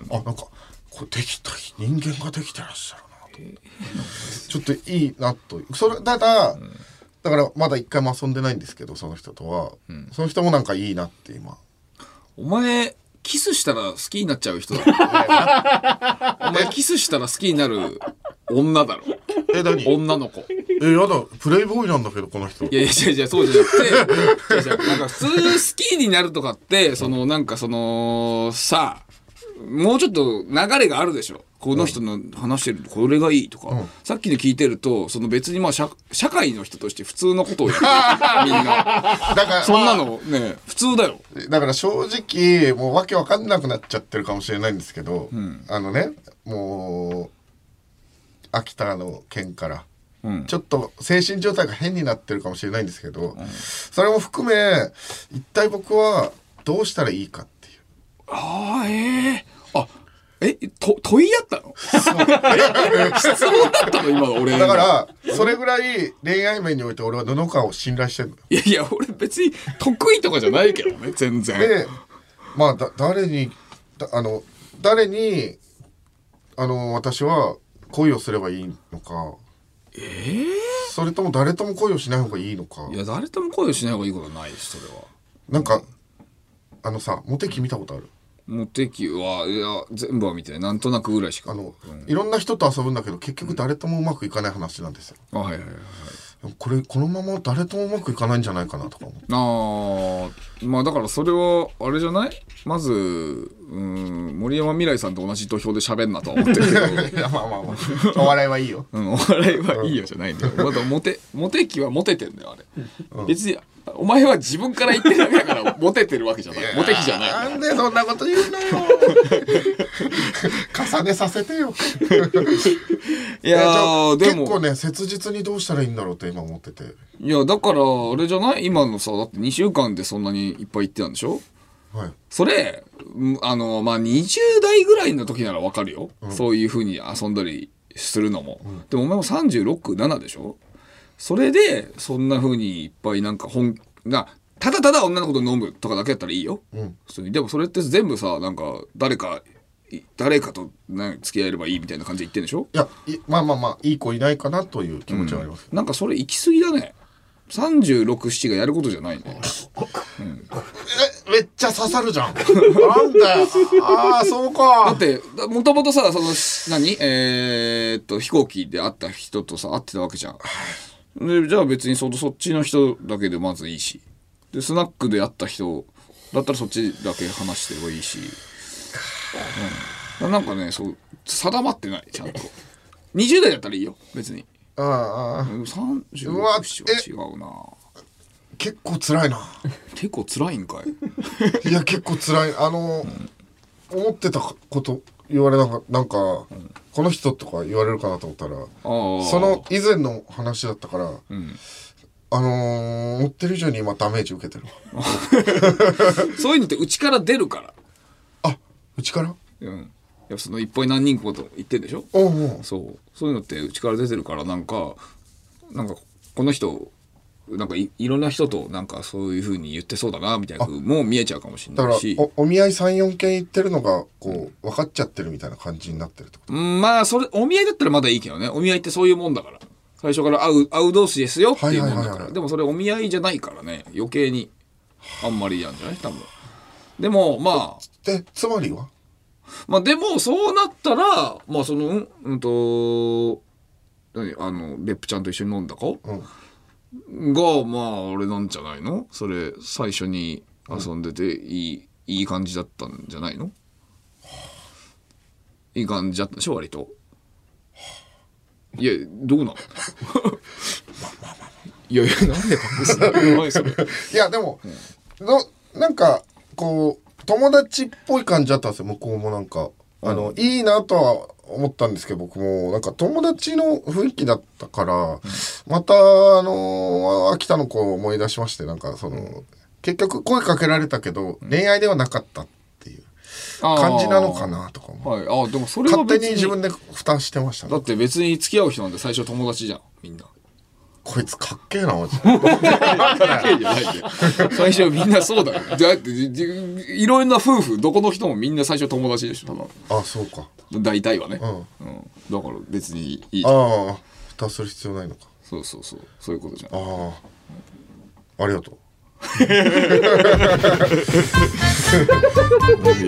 あなんかこうできた人間ができてらっしゃるなとちょっといいなとそれただ、うん、だからまだ一回も遊んでないんですけどその人とは、うん、その人もなんかいいなって今。 お前キスしたら好きになっちゃう人だお前キスしたら好きになる女だろ。 え何女の子。 えやだプレイボーイなんだけどこの人。 いやいや違う違うそうじゃなくてなんか普通好きになるとかってそのなんかそのさもうちょっと流れがあるでしょ。この人の話してるとこれがいいとか、うん、さっきの聞いてるとその別にまあ 社, 社会の人として普通のことをやるみんなだからそんなのね、まあ、普通だよ。 だから正直もうわけわかんなくなっちゃってるかもしれないんですけど、うん、あのねもう秋田の県から、うん、ちょっと精神状態が変になってるかもしれないんですけど、うん、それも含め一体僕はどうしたらいいかっていう。 ああええー、あえと問いやったの質問だったの今の俺。 だからそれぐらい恋愛面において俺は布川を信頼してるのよ。 いやいや俺別に得意とかじゃないけどね全然。 でまあだ誰にあの誰にあの私は恋をすればいいのか、えー、それとも誰とも恋をしない方がいいのか。 いや誰とも恋をしない方がいいことはないですそれは。 なんかあのさモテ期見たことある？ モテ期はいや全部は見てないなんとなくぐらいしか。 あの、うん、いろんな人と遊ぶんだけど結局誰ともうまくいかない話なんですよ。あはいはいはい。これこのまま誰ともうまくいかないんじゃないかなとか思って。 ああまあだからそれはあれじゃないまずうん森山未來さんと同じ土俵で喋んなとは思ってるけどいやまあまあまあお笑いはいいよ、うん、お笑いはいいよじゃないんだよ、うん、まだモテモテ期はモテてんだよあれ、うん、別にお前は自分から言ってるだけだからモテてるわけじゃないモテ期じゃない。 なんでそんなこと言うのよ重ねさせてよいやーでも結構ね切実にどうしたらいいんだろうって今思ってて。 いやだからあれじゃない今のさだってにしゅうかんでそんなにいっぱい行ってたんでしょ。はい、それあのまあにじゅう代ぐらいの時ならわかるよ、うん、そういう風に遊んだりするのも、うん、でもお前もさんじゅうろく、ななでしょ。それでそんな風にいっぱいなんか本なただただ女の子と飲むとかだけやったらいいよ、うん、普通に。でもそれって全部さなんか誰か誰かと付き合えればいいみたいな感じで言ってんでしょ。 いやいまあまあまあいい子いないかなという気持ちはあります、 うん、なんかそれ行き過ぎだね。さんじゅうろく、なながやることじゃないね、 うん、えめっちゃ刺さるじゃんなんだよああそうか。 だってもともとさその何えー、っと飛行機で会った人とさ会ってたわけじゃん。でじゃあ別に そ, そっちの人だけでまずいいしでスナックで会った人だったらそっちだけ話してればいいし、うん、なんかねそう定まってないちゃんとにじゅう代だったらいいよ別に。ああさんじゅうろく、ななは違うな。 結構辛いな。 結構辛いんかいいや結構辛いあの、うん、思ってたこと言われなかなんか、うん、この人とか言われるかなと思ったらその以前の話だったから、うん、あのー、思ってる以上に今ダメージ受けてるそういうのって内から出るから。 あ内から、 うん、 やっぱそのいっぱい何人かと言ってんでしょ。 おうおうそうそういうのってうちから出てるから、なんかなんかこの人なんか い, いろんな人となんかそういう風に言ってそうだなみたいな風も見えちゃうかもしれだからないし、 おお見合い さん,よん 件行ってるのがこう分かっちゃってるみたいな感じになってるってこと。 うんまあそれお見合いだったらまだいいけどね。お見合いってそういうもんだから、最初から会う会う同士ですよっていうもんだから、 はいはいはいはいでもそれお見合いじゃないからね、余計にあんまりなんじゃない多分。でもまあでつまりはまあでもそうなったらまあそのうんうんと何あの別府ちゃんと一緒に飲んだ子、 うんがまああれなんじゃないの。それ最初に遊んでていい、うん、いい感じだったんじゃないの。いい感じだったでしょ割と。いやどうなのいやいやなんで隠すの何それ。 いやでも、うん、のなんかこう友達っぽい感じだったんですよ向こうも。なんかあの、うん、いいなとは思ったんですけど、僕もなんか友達の雰囲気だったから、うん、またあの秋田の子を思い出しまして、なんかその、うん、結局声かけられたけど、うん、恋愛ではなかったっていう感じなのかなとかも、 はい、あでもそれは勝手に自分で負担してましたね。 だって別に付き合う人なんて最初友達じゃんみんな。 こいつかっけえなマジで最初みんなそうだよ。だっていろんな夫婦どこの人もみんな最初友達でしょ多分。 あそうか大体はね、うんうん、だから別にいいじゃん。 ああ蓋する必要ないのか。 そうそうそうそういうことじゃん。 ああありがとうおいおいおいおい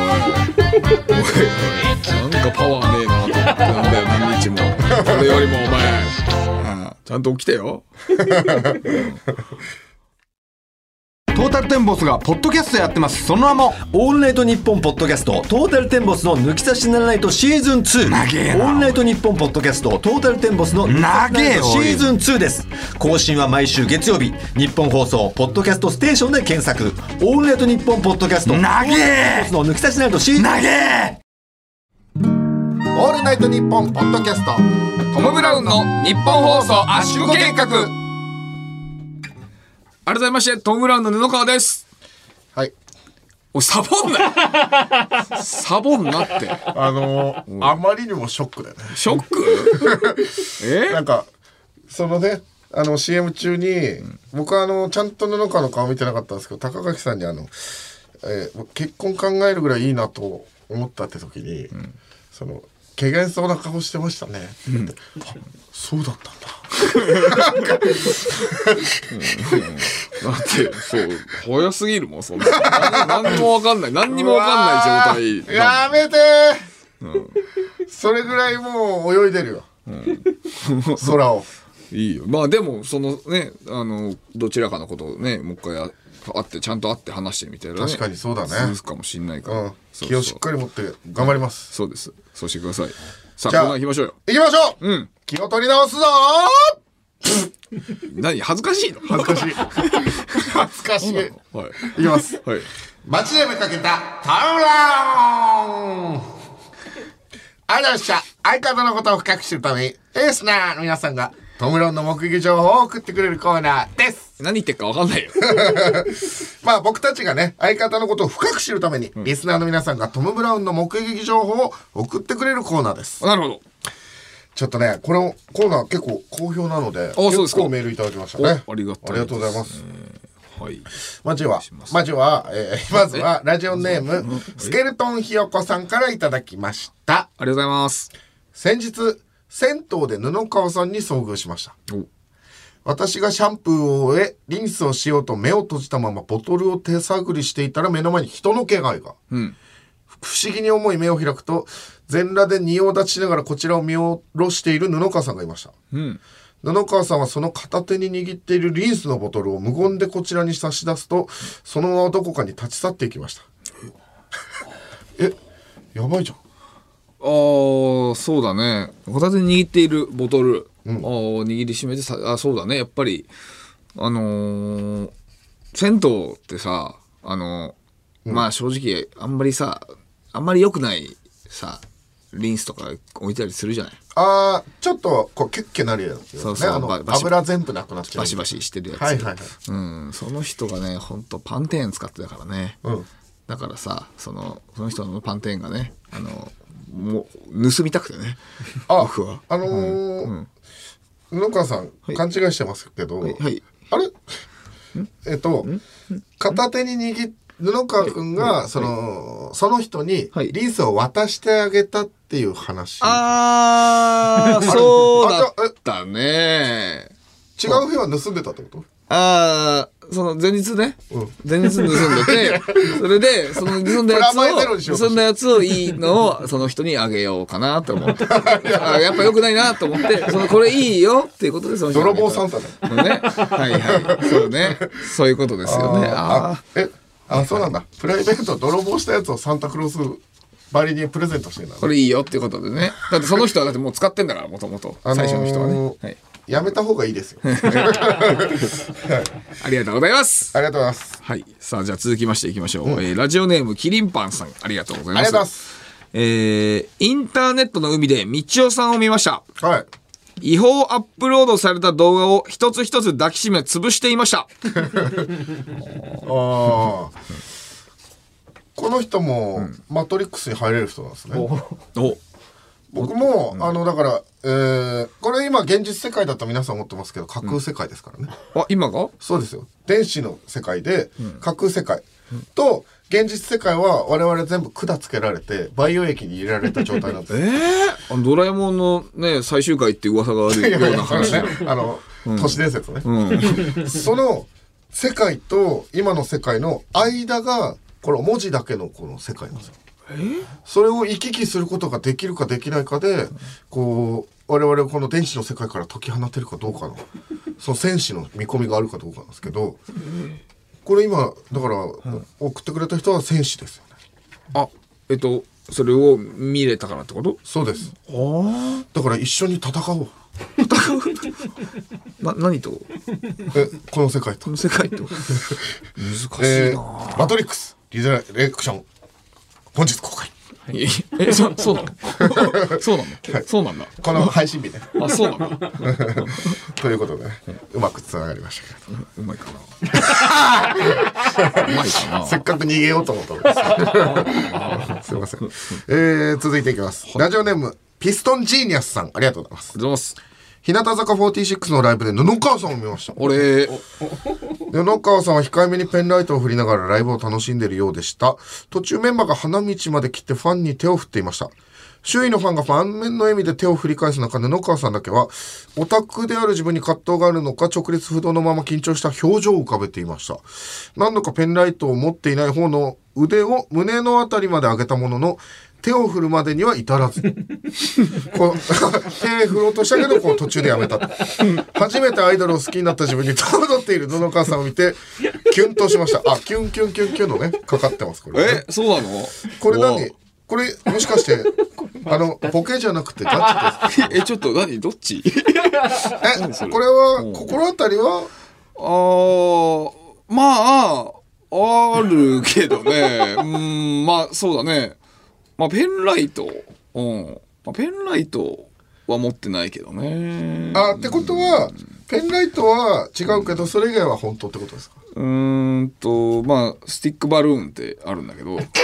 なんかパワーねえなと思ってなんだよ何日も。それよりもお前ちゃんと起きてよトータルテンボスがポッドキャストやってます。その名もオールナイトニッポンポッドキャストトータルテンボスの抜き差しならないとシーズンツー。 長えな。 オールナイトニッポンポッドキャストトータルテンボスの抜き差しならないとシーズンツーです。更新は毎週月曜日、日本放送ポッドキャストステーションで検索。オールナイトニッポンポッドキャスト長えの抜き差しならないとシーズン長え。 オールナイトニッポンポッドキャストトム・ブラウンの日本放送圧縮計画。改めましてトム・ブラウンの布川です。 はい。 おサボんなサボんなってあのーうん、あまりにもショックだよね。 ショックえなんかそのねあの シーエム 中に、うん、僕はあのちゃんと布川の顔見てなかったんですけど、高垣さんにあの、えー、結婚考えるぐらいいいなと思ったって時に、うん、その怪げそうな顔してましたね、うん、あそうだったんだなんか、うん、だってそう早すぎるもんそんな何にも分かんない何にも分かんない状態。 やめてー、うん、それぐらいもう泳いでるよ、うん、空をいいよ。まあでもそのねあのどちらかのことをねもう一回会ってちゃんと会って話してみたいな、ね、 確かにそうだね続くかもしれないから、うん、 そうそう気をしっかり持って頑張ります。 そうですそうしてください。さあコーナー行きましょうよ。 行きましょう、うん、気を取り直すぞー何恥ずかしいの恥ずかしい恥ずかしい、はい、いきます、はい、街で見かけたタウラーンあらっしゃ相方のことを深く知るためにエースナーの皆さんがトム・ブラウンの目撃情報を送ってくれるコーナーです。 何言ってるか分かんないよまあ僕たちがね相方のことを深く知るために、うん、リスナーの皆さんがトム・ブラウンの目撃情報を送ってくれるコーナーです。 なるほど。 ちょっとねこのコーナー結構好評なので結構メールいただきましたね。 ありがたいです。 ありがとうございます、 えー、はい。 まずはまずは、えー、まずはラジオネームスケルトンひよこさんからいただきました。 ありがとうございます。 先日銭湯で布川さんに遭遇しました。私がシャンプーを終えリンスをしようと目を閉じたままボトルを手探りしていたら目の前に人の気配が、うん、不思議に思い目を開くと全裸で仁王立ちしながらこちらを見下ろしている布川さんがいました、うん、布川さんはその片手に握っているリンスのボトルを無言でこちらに差し出すとそのままどこかに立ち去っていきましたえやばいじゃん。 あーそうだね。片手に握っているボトル、うん、あ握りしめてさあそうだね。やっぱりあのー、銭湯ってさあのーうん、まあ正直あんまりさあんまり良くないさリンスとか置いたりするじゃない。 あーちょっとこうキュッキュなるやつ、ね、 そうそうあの油全部なくなっちゃうバシバシしてるやつ、 はいはいはい、 うん、その人がねほんとパンテーン使ってたからね、うん、だからさそのその人のパンテーンがねあのもう盗みたくてね。 あ、 僕はあのー、布川さん勘違いしてますけど、 はいはい、 あれえっと片手に握って布川くんがその、その人にリースを渡してあげたっていう話。 ああ、そうだったね。 違う日は盗んでたってこと？ ああ、その前日ね、うん、前日盗んでて、それでその盗んだやつを盗んだやつをいいのをその人にあげようかなと思って、あやっぱ良くないなと思って、そのこれいいよっていうことでその人泥棒さんだね。 はいはい、そうね、そういうことですよね。 ああ、え、あ、そうなんだ。プライベート泥棒したやつをサンタクロースバリにプレゼントしてるんだね。 これいいよっていうことでね。だってその人はだってもう使ってんだからもともと最初の人はね。はい。 やめた方がいいですよ。ありがとうございます。 ありがとうございます。 はい。さあじゃあ続きましていきましょう。うん、えー、ラジオネームキリンパンさん、ありがとうございます。 ありがとうございます。 えー、インターネットの海でみちおさんを見ました。 はい。 違法アップロードされた動画を一つ一つ抱きしめ潰していました。ああ。この人も、うん、マトリックスに入れる人なんですね。お僕も、うん、あのだから、えー、これ今現実世界だと皆さん思ってますけど架空世界ですからね。 うん、あ今がそうですよ。電子の世界で架空世界、うん、と現実世界は我々全部管つけられて培養液に入れられた状態なんです。 えー、ドラえもんのね最終回っていう噂があるような話ね。 あの、うん、都市伝説ね。うん、その世界と今の世界の間がこれ文字だけのこの世界なんですよ。それを行き来することができるかできないかでこう我々この電子の世界から解き放てるかどうかのその戦士の見込みがあるかどうかなんですけど、これ今だから送ってくれた人は戦士ですよね。 あ、えっとそれを見れたからってこと？ そうです。だから一緒に戦おう。 戦うな何と？ えこの世界と。 この世界と難しいな、 えー、マトリックスリザレクション本日公開。 え、そ、そうなのそうなの、はい、そうなんだ。 この配信日ね。 あ、そうなんだ。 ということで、ね、うまくつながりましたけど。 うまいかな。うまいかな。 せっかく逃げようと思ったんです。すいません。えー、続いていきます。ラジオネーム、ピストンジーニアスさん、ありがとうございます。 ありがとうございます。 日向坂フォーティーシックスのライブで布川さんを見ました。 俺布川さんは控えめにペンライトを振りながらライブを楽しんでいるようでした。途中メンバーが花道まで来てファンに手を振っていました。周囲のファンが満面の笑みで手を振り返す中、布川さんだけはオタクである自分に葛藤があるのか直立不動のまま緊張した表情を浮かべていました。何度かペンライトを持っていない方の腕を胸のあたりまで上げたものの手を振るまでには至らずこう手振ろうとしたけどこう途中でやめたと。初めてアイドルを好きになった自分に戸惑っている布川さんを見てキュンとしました。あ、キュンキュンキュンキュンのねかかってますこれ、 ね、えそうなの？ これ何？これもしかしてあのボケじゃなくてガチですか？ えちょっと何どっち？ えこれは心当たりは？ あーまああるけどねうんまあそうだね。まあペンライト、うん、まあ、ペンライトは持ってないけどね。 あってことはペンライトは違うけどそれ以外は本当ってことですか？ うーんとまあスティックバルーンってあるんだけどステ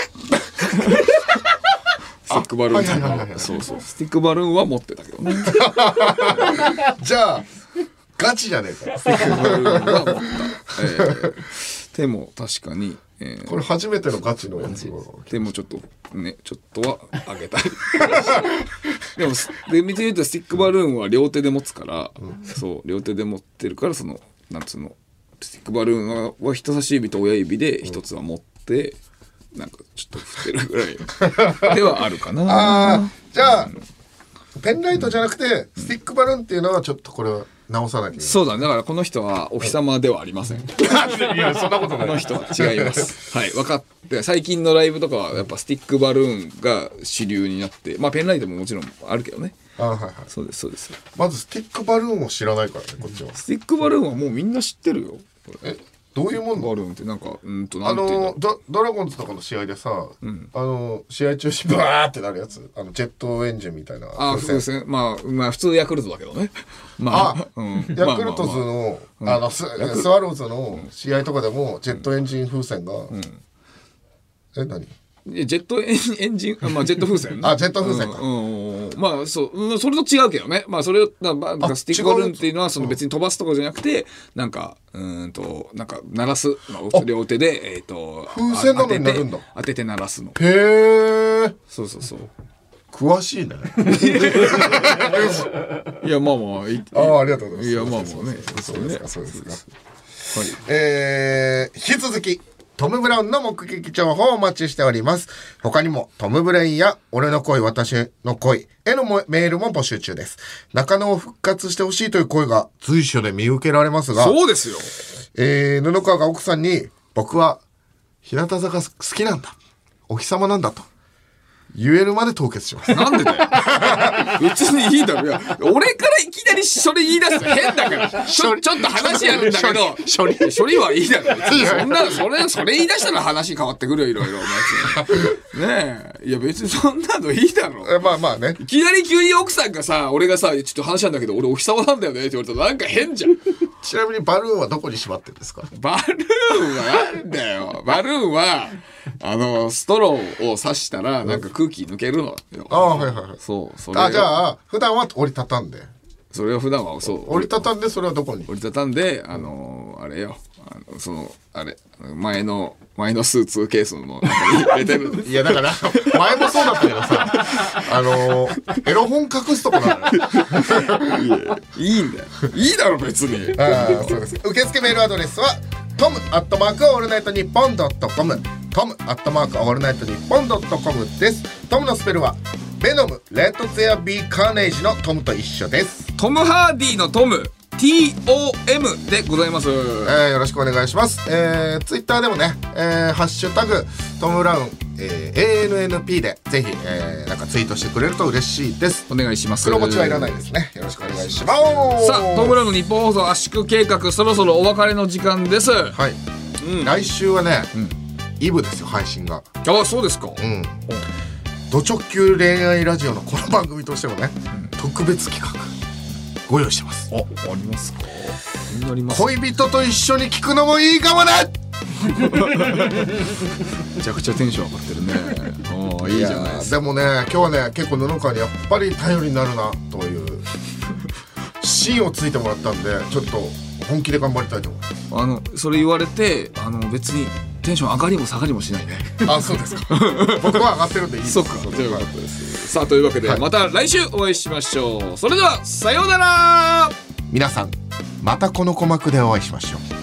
ィックバルーンってある、そうそうスティックバルーンは持ってたけどね。 じゃあガチじゃねえか。 スティックバルーンは持った、えー、手も確かにえー、 これ初めてのガチのやつでもちょっとねちょっとは上げたいでも厳密に言うとスティックバルーンは両手で持つから、うん、そう両手で持ってるからそのなんつうのスティックバルーンは人差し指と親指で一つは持って、うん、なんかちょっと振ってるぐらいではあるかな。 あじゃあ、うん、ペンライトじゃなくてスティックバルーンっていうのはちょっとこれは直さなきゃいけない。 そうだね。だからこの人はお日様ではありません。 いやそんなことない。 この人は違います。はい、分かって。最近のライブとかはやっぱスティックバルーンが主流になって、まあペンライトももちろんあるけどね。 あはいはい。 そうですそうです。 まずスティックバルーンを知らないからねこっちは。 スティックバルーンはもうみんな知ってるよ。 えどういうもんバルーンってなんかうんとなんていうの。あの ド, ドラゴンズとかの試合でさ、うん、あの試合中にバーってなるやつ、あのジェットエンジンみたいな。 あ風船。まあまあ普通ヤクルトだけどね。まあ、あうん、ヤクルトズの、まあまあまあ、あの ス, スワローズの試合とかでもジェットエンジン風船が、うん、え何？ ジェットエンエンジン、まあジェット風船あジェット風船か、 うんうん、まあそう、それと違うけどね。まあそれをまあスティックバルーンっていうのはその別に飛ばすところじゃなくて、なんかうんとなんか鳴らす、まあ、両手でえっ、ー、と風船なのになるんだ。 当てて鳴らすの。 へえ。 そうそうそう。 詳しいね。 いやまあまあいああありがとうございます。 いやまあまあねそうですかそうですか。はい、えー、引き続きトム・ブラウンの目撃情報をお待ちしております。他にもトム・ブレインや俺の恋私の恋へのメールも募集中です。中野を復活してほしいという声が随所で見受けられますが、 そうですよ。 えー、布川が奥さんに僕は日向坂好きなんだ、お日様なんだと言えるまで凍結します。 なんでだよ。別にいいだろ。いや、俺からいきなりそれ言い出すと変だから。ちょ、ちょっと話あるんだけど、処理、処理はいいだろ。そんな、それ、それ言い出したら話変わってくるよ、いろいろ。ねえ。いや、別にそんなのいいだろ。 まあまあね。 いきなり急に奥さんがさ、俺がさ、ちょっと話なんだけど、俺お日様なんだよねって言われたらなんか変じゃん。 ちなみにバルーンはどこにしまってるんですか？ バルーンはなんだよ。バルーンは、あの、ストローを刺したら、なんか空気抜けるのよ。 ああ、はいはいはい。 そう、それ。あ、じゃあ、普段は折りたたんで。 それは普段は、そう。 折りたたんで、それはどこに？ 折りたたんで、あのー、あれよ。あの、その、あれ、前の、前のスーツケースの中に入れてる。 いや、だから、前もそうだったけどさ、あのー、エロ本隠すとこなのよ。いいんだよ。いいだろ、別に。 ああ、そうです。受付メールアドレスは、トムアットマークオールナイトニッポンドットコム。トムアットマークオールナイトニッポンドットコムです。トムのスペルはベノムレッドゼアビーカーネージのトムと一緒です。 トム・ハーディのトム ティーオーエム でございます。えー、よろしくお願いします。えー、ツイッターでもね、えー、ハッシュタグトム・ブラウン、えー、エーエヌエヌピー でぜひ、えー、なんかツイートしてくれると嬉しいです。 お願いします。 黒持ちはいらないですね。よろしくお願いします。 さあ、トム・ブラウンの日本放送圧縮計画、そろそろお別れの時間です。 はい、うん、来週はね、うん、イブですよ、配信が。 ああ、そうですか。うん。 ド直球恋愛ラジオのこの番組としてもね、うん、特別企画ご用意してます。 あ、ありますか。 あります。恋人と一緒に聞くのもいいかもね。 めちゃくちゃテンション上がってるね。お、いいじゃないですか。 でもね、今日はね、結構布川にやっぱり頼りになるなという芯をついてもらったんで、ちょっと本気で頑張りたいと思います。 あのそれ言われて、あの別にテンション上がりも下がりもしないね。 あ、そうですか。僕は上がってるんでいいです。 そうか、じゃあよかったです。さあ、というわけで、はい、また来週お会いしましょう。それではさようなら。 皆さん、またこの鼓膜でお会いしましょう。